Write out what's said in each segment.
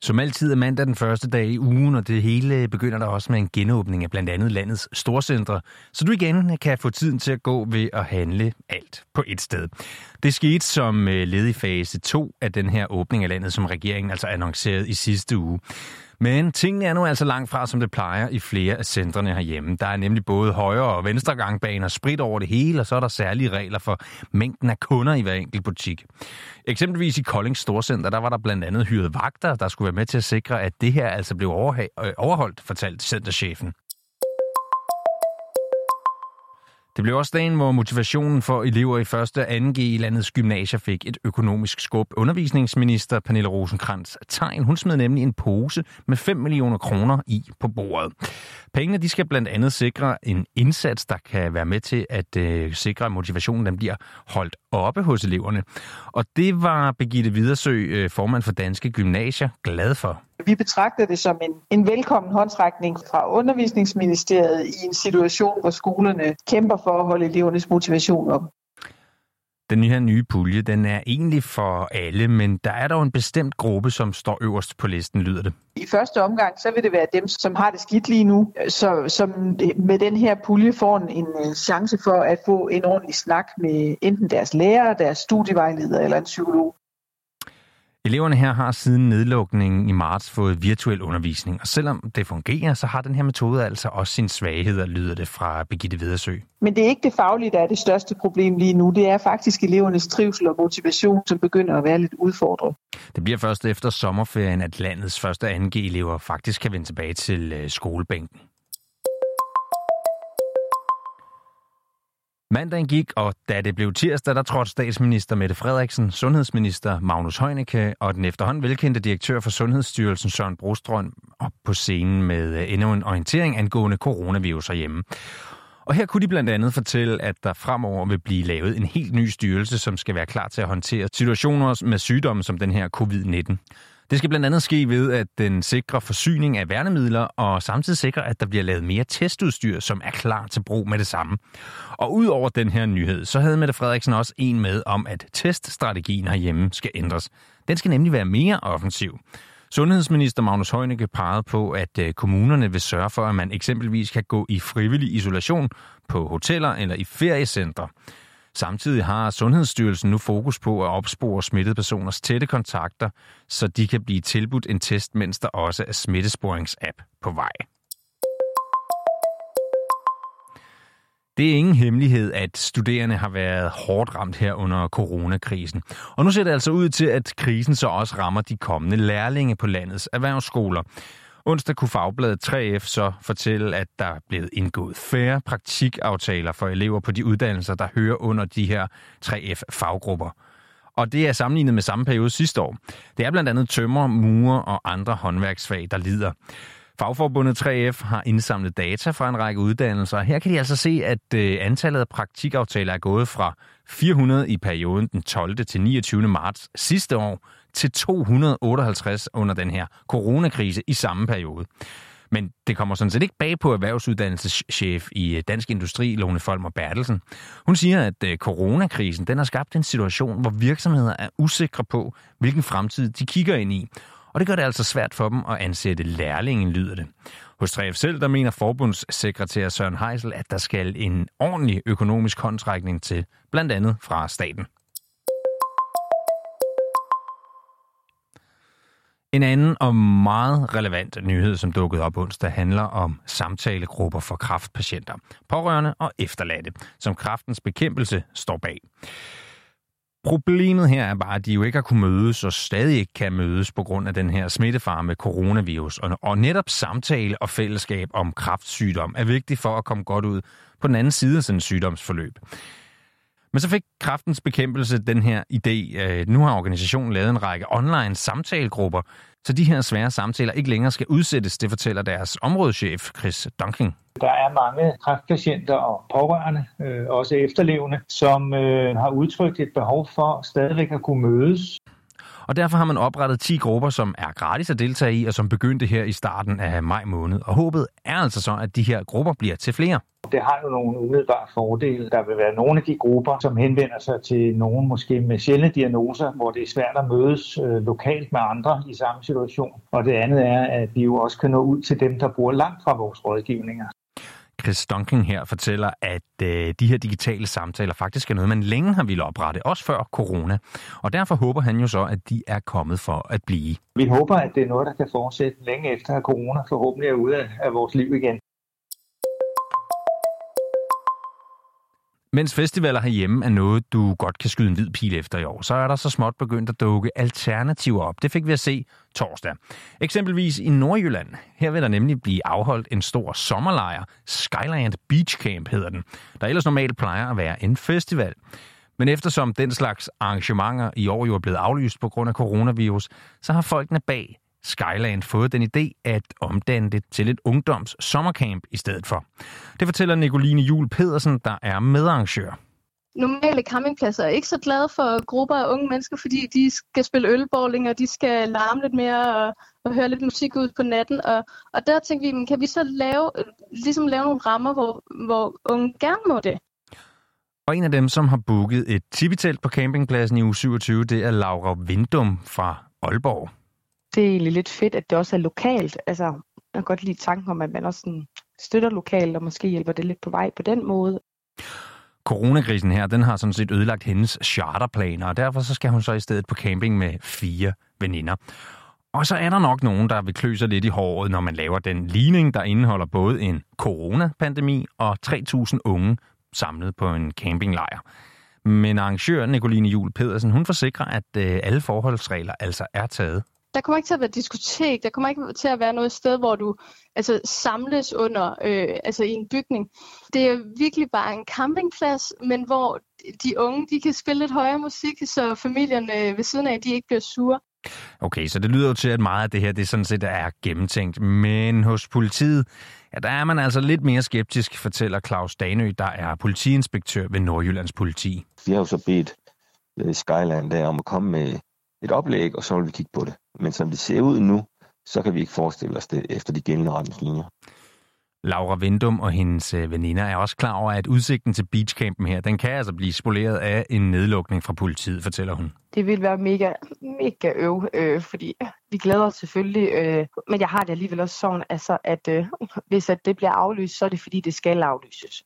Som altid er mandag den første dag i ugen, og det hele begynder der også med en genåbning af blandt andet landets storcentre, så du igen kan få tiden til at gå ved at handle alt på et sted. Det skete som led i fase 2 af den her åbning af landet, som regeringen altså annoncerede i sidste uge. Men tingene er nu altså langt fra, som det plejer i flere af centrene herhjemme. Der er nemlig både højre- og venstre gangbaner, sprit over det hele, og så er der særlige regler for mængden af kunder i hver enkelt butik. Eksempelvis i Kolding Storcenter, der var der blandt andet hyret vagter, der skulle være med til at sikre, at det her altså blev overholdt, fortalte centerchefen. Det blev også dagen, hvor motivationen for elever i 1. og 2. G i landets gymnasier fik et økonomisk skub. Undervisningsminister Pernille Rosenkrantz-Theil, hun smed nemlig en pose med 5 millioner kroner i på bordet. Pengene de skal blandt andet sikre en indsats, der kan være med til at sikre, at motivationen den bliver holdt oppe hos eleverne. Og det var Birgitte Widersø, formand for Danske Gymnasier, glad for. Vi betragter det som en velkommen håndsrækning fra Undervisningsministeriet i en situation, hvor skolerne kæmper for at holde elevernes motivation op. Den her nye pulje, den er egentlig for alle, men der er dog en bestemt gruppe, som står øverst på listen, lyder det. I første omgang, så vil det være dem, som har det skidt lige nu, som med den her pulje får en chance for at få en ordentlig snak med enten deres lærer, deres studievejleder eller en psykolog. Eleverne her har siden nedlukningen i marts fået virtuel undervisning, og selvom det fungerer, så har den her metode altså også sine svagheder, lyder det fra Birgitte Widersø. Men det er ikke det faglige, der er det største problem lige nu. Det er faktisk elevernes trivsel og motivation, som begynder at være lidt udfordret. Det bliver først efter sommerferien, at landets 1. og 2. G-elever faktisk kan vende tilbage til skolebænken. Mandagen gik, og da det blev tirsdag, der trådte statsminister Mette Frederiksen, sundhedsminister Magnus Heunicke og den efterhånden velkendte direktør for Sundhedsstyrelsen Søren Brostrøm op på scenen med endnu en orientering angående coronavirus herhjemme. Og her kunne de blandt andet fortælle, at der fremover vil blive lavet en helt ny styrelse, som skal være klar til at håndtere situationer med sygdomme som den her covid-19. Det skal blandt andet ske ved, at den sikrer forsyning af værnemidler og samtidig sikrer, at der bliver lavet mere testudstyr, som er klar til brug med det samme. Og ud over den her nyhed, så havde Mette Frederiksen også en med om, at teststrategien herhjemme skal ændres. Den skal nemlig være mere offensiv. Sundhedsminister Magnus Heunicke pegede på, at kommunerne vil sørge for, at man eksempelvis kan gå i frivillig isolation på hoteller eller i feriecentre. Samtidig har Sundhedsstyrelsen nu fokus på at opspore smittede personers tætte kontakter, så de kan blive tilbudt en test, mens der også er smittesporings-app på vej. Det er ingen hemmelighed, at studerende har været hårdt ramt her under coronakrisen. Og nu ser det altså ud til, at krisen så også rammer de kommende lærlinge på landets erhvervsskoler. Onsdag kunne fagbladet 3F så fortælle, at der er blevet indgået færre praktikaftaler for elever på de uddannelser, der hører under de her 3F-faggrupper. Og det er sammenlignet med samme periode sidste år. Det er blandt andet tømrer, murer og andre håndværksfag, der lider. Fagforbundet 3F har indsamlet data fra en række uddannelser, og her kan de altså se, at antallet af praktikaftaler er gået fra 400 i perioden den 12. til 29. marts sidste år til 258 under den her coronakrise i samme periode. Men det kommer sådan set ikke bag på erhvervsuddannelseschef i Dansk Industri, Lone Folmer Bertelsen. Hun siger, at coronakrisen den har skabt en situation, hvor virksomheder er usikre på, hvilken fremtid de kigger ind i. Og det gør det altså svært for dem at ansætte lærlingen, lyder det. Hos 3F selv, der mener forbundssekretær Søren Heisel, at der skal en ordentlig økonomisk håndsrækning til, blandt andet fra staten. En anden og meget relevant nyhed, som dukkede op onsdag, handler om samtalegrupper for kræftpatienter, pårørende og efterladte, som Kræftens Bekæmpelse står bag. Problemet her er bare, at de jo ikke har kunnet mødes og stadig ikke kan mødes på grund af den her smittefare med coronavirus. Og netop samtale og fællesskab om kræftsygdom er vigtigt for at komme godt ud på den anden side af sådan en sygdomsforløb. Men så fik Kræftens Bekæmpelse den her idé. Nu har organisationen lavet en række online samtalegrupper, så de her svære samtaler ikke længere skal udsættes, det fortæller deres områdeschef Chris Dunking. Der er mange kræftpatienter og pårørende, også efterlevende, som har udtrykt et behov for stadigvæk at kunne mødes. Og derfor har man oprettet 10 grupper, som er gratis at deltage i, og som begyndte her i starten af maj måned. Og håbet er altså så, at de her grupper bliver til flere. Det har jo nogle umiddelbare fordele. Der vil være nogle af de grupper, som henvender sig til nogen måske med sjældne diagnoser, hvor det er svært at mødes lokalt med andre i samme situation. Og det andet er, at vi jo også kan nå ud til dem, der bor langt fra vores rådgivninger. Chris Dunking her fortæller, at de her digitale samtaler faktisk er noget, man længe har ville oprette, også før corona. Og derfor håber han jo så, at de er kommet for at blive. Vi håber, at det er noget, der kan fortsætte længe efter, at corona forhåbentlig er ude af vores liv igen. Mens festivaler herhjemme er noget, du godt kan skyde en hvid pil efter i år, så er der så småt begyndt at dukke alternativer op. Det fik vi at se torsdag. Eksempelvis i Nordjylland. Her vil der nemlig blive afholdt en stor sommerlejr. Skyland Beach Camp hedder den, der ellers normalt plejer at være en festival. Men eftersom den slags arrangementer i år jo er blevet aflyst på grund af coronavirus, så har folkene bag Skyland fået den idé at omdanne det til et ungdoms sommercamp i stedet for. Det fortæller Nicoline Juhl Pedersen, der er medarrangør. Normale campingpladser er ikke så glade for grupper af unge mennesker, fordi de skal spille ølbowling, og de skal larme lidt mere og høre lidt musik ud på natten. Og der tænkte vi, kan vi så lave nogle rammer, hvor unge gerne må det? Og en af dem, som har booket et tippitelt på campingpladsen i uge 27, det er Laura Vindum fra Aalborg. Det er egentlig lidt fedt, at det også er lokalt. Altså, jeg kan godt lide tanken om, at man også sådan støtter lokalt, og måske hjælper det lidt på vej på den måde. Coronakrisen her, den har sådan set ødelagt hendes charterplaner, og derfor så skal hun så i stedet på camping med 4 veninder. Og så er der nok nogen, der vil klø sig lidt i håret, når man laver den ligning, der indeholder både en coronapandemi og 3.000 unge samlet på en campinglejr. Men arrangør Nicoline Juhl Pedersen, hun forsikrer, at alle forholdsregler altså er taget. Der kommer ikke til at være diskotek, der kommer ikke til at være noget sted, hvor du samles under i en bygning. Det er virkelig bare en campingplads, men hvor de unge de kan spille lidt højere musik, så familierne ved siden af de ikke bliver sure. Okay, så det lyder jo til, at meget af det her det sådan set er gennemtænkt. Men hos politiet, ja, der er man altså lidt mere skeptisk, fortæller Claus Danø, der er politiinspektør ved Nordjyllands politi. Vi har jo så bedt Skyland der om at komme med et oplæg, og så vil vi kigge på det. Men som det ser ud nu, så kan vi ikke forestille os det efter de gældende retningslinjer. Laura Vindum og hendes veninder er også klar over, at udsigten til beachcampen her, den kan altså blive spoleret af en nedlukning fra politiet, fortæller hun. Det vil være mega fordi vi glæder os selvfølgelig, men jeg har det alligevel også sådan, altså, at hvis det bliver aflyst, så er det fordi, det skal aflyses.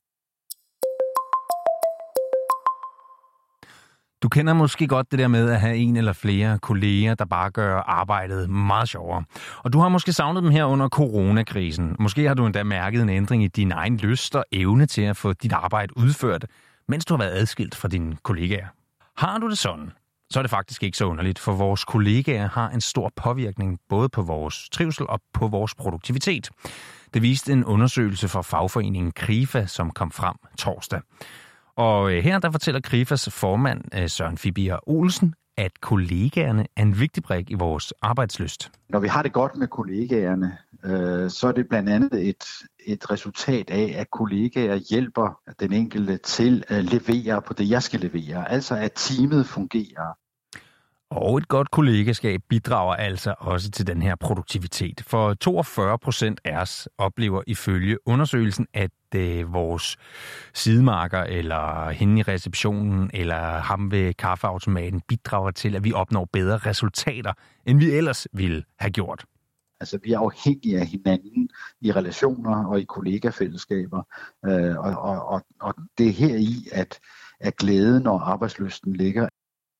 Du kender måske godt det der med at have en eller flere kolleger, der bare gør arbejdet meget sjovere. Og du har måske savnet dem her under coronakrisen. Måske har du endda mærket en ændring i din egen lyst og evne til at få dit arbejde udført, mens du har været adskilt fra dine kollegaer. Har du det sådan, så er det faktisk ikke så underligt, for vores kollegaer har en stor påvirkning både på vores trivsel og på vores produktivitet. Det viste en undersøgelse fra fagforeningen Krifa, som kom frem torsdag. Og her der fortæller Krifas formand Søren Fibier Olsen, at kollegaerne er en vigtig brik i vores arbejdslyst. Når vi har det godt med kollegaerne, så er det blandt andet et resultat af, at kollegaer hjælper den enkelte til at levere på det, jeg skal levere. Altså at teamet fungerer. Og et godt kollegaskab bidrager altså også til den her produktivitet. For 42% af os oplever ifølge undersøgelsen, at vores sidemarker eller hende i receptionen eller ham ved kaffeautomaten bidrager til, at vi opnår bedre resultater, end vi ellers ville have gjort. Altså vi er afhængige af hinanden i relationer og i kollegafællesskaber. Og det er her i, at glæden og arbejdslysten ligger.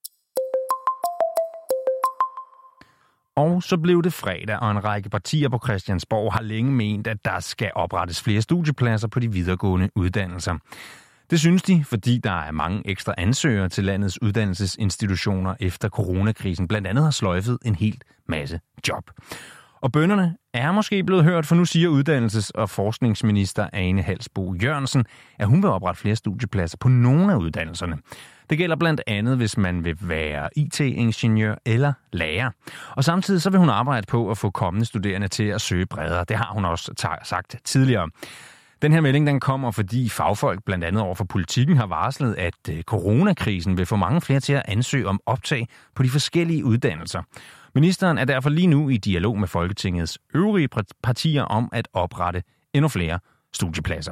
Og så blev det fredag, og en række partier på Christiansborg har længe ment, at der skal oprettes flere studiepladser på de videregående uddannelser. Det synes de, fordi der er mange ekstra ansøgere til landets uddannelsesinstitutioner efter coronakrisen, blandt andet har sløjfet en helt masse job. Og bønnerne er måske blevet hørt, for nu siger uddannelses- og forskningsminister Ane Halsboe Jørgensen, at hun vil oprette flere studiepladser på nogle af uddannelserne. Det gælder blandt andet, hvis man vil være IT-ingeniør eller lærer. Og samtidig så vil hun arbejde på at få kommende studerende til at søge bredere. Det har hun også sagt tidligere. Den her melding den kommer, fordi fagfolk blandt andet over for Politikken har varslet, at coronakrisen vil få mange flere til at ansøge om optag på de forskellige uddannelser. Ministeren er derfor lige nu i dialog med Folketingets øvrige partier om at oprette endnu flere studiepladser.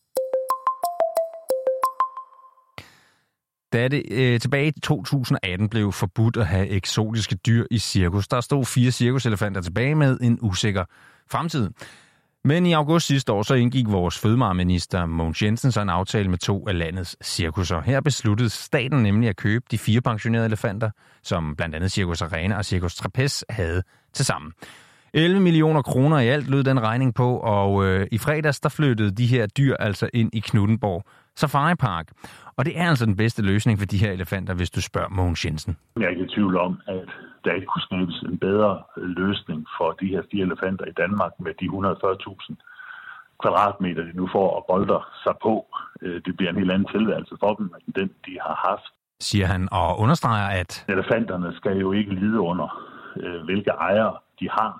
Da det tilbage i 2018 blev forbudt at have eksotiske dyr i cirkus, der stod 4 cirkuselefanter tilbage med en usikker fremtid. Men i august sidste år så indgik vores fødevareminister Mogens Jensen så en aftale med 2 af landets cirkusser. Her besluttede staten nemlig at købe de 4 pensionerede elefanter, som blandt andet Cirkus Arena og Cirkus Trapez havde til sammen. 11 millioner kroner i alt lød den regning på, og i fredags der flyttede de her dyr altså ind i Knuthenborg Safari Park. Og det er altså den bedste løsning for de her elefanter, hvis du spørger Mogens Jensen. Jeg er ikke i tvivl om, at der ikke kunne skabes en bedre løsning for de her 4 elefanter i Danmark med de 140.000 kvadratmeter, de nu får og bolder sig på. Det bliver en helt anden tilværelse for dem, end den, de har haft. Siger han og understreger, at elefanterne skal jo ikke lide under, hvilke ejere de har.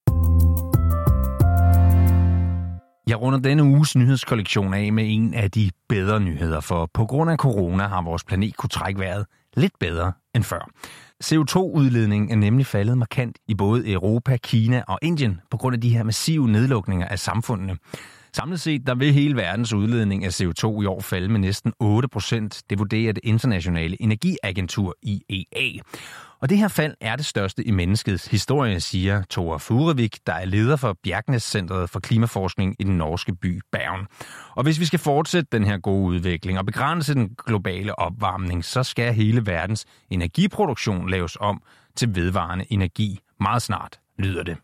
Jeg runder denne uges nyhedskollektion af med en af de bedre nyheder, for på grund af corona har vores planet kunne trække vejret lidt bedre end før. CO2-udledningen er nemlig faldet markant i både Europa, Kina og Indien på grund af de her massive nedlukninger af samfundene. Samlet set, der vil hele verdens udledning af CO2 i år falde med næsten 8%. Det vurderer det internationale energiagentur IEA. Og det her fald er det største i menneskets historie, siger Tore Furevik, der er leder for Bjerknes-centret for klimaforskning i den norske by Bergen. Og hvis vi skal fortsætte den her gode udvikling og begrænse den globale opvarmning, så skal hele verdens energiproduktion laves om til vedvarende energi meget snart, lyder det.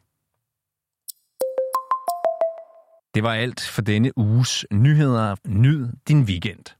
Det var alt for denne uges nyheder. Nyd din weekend.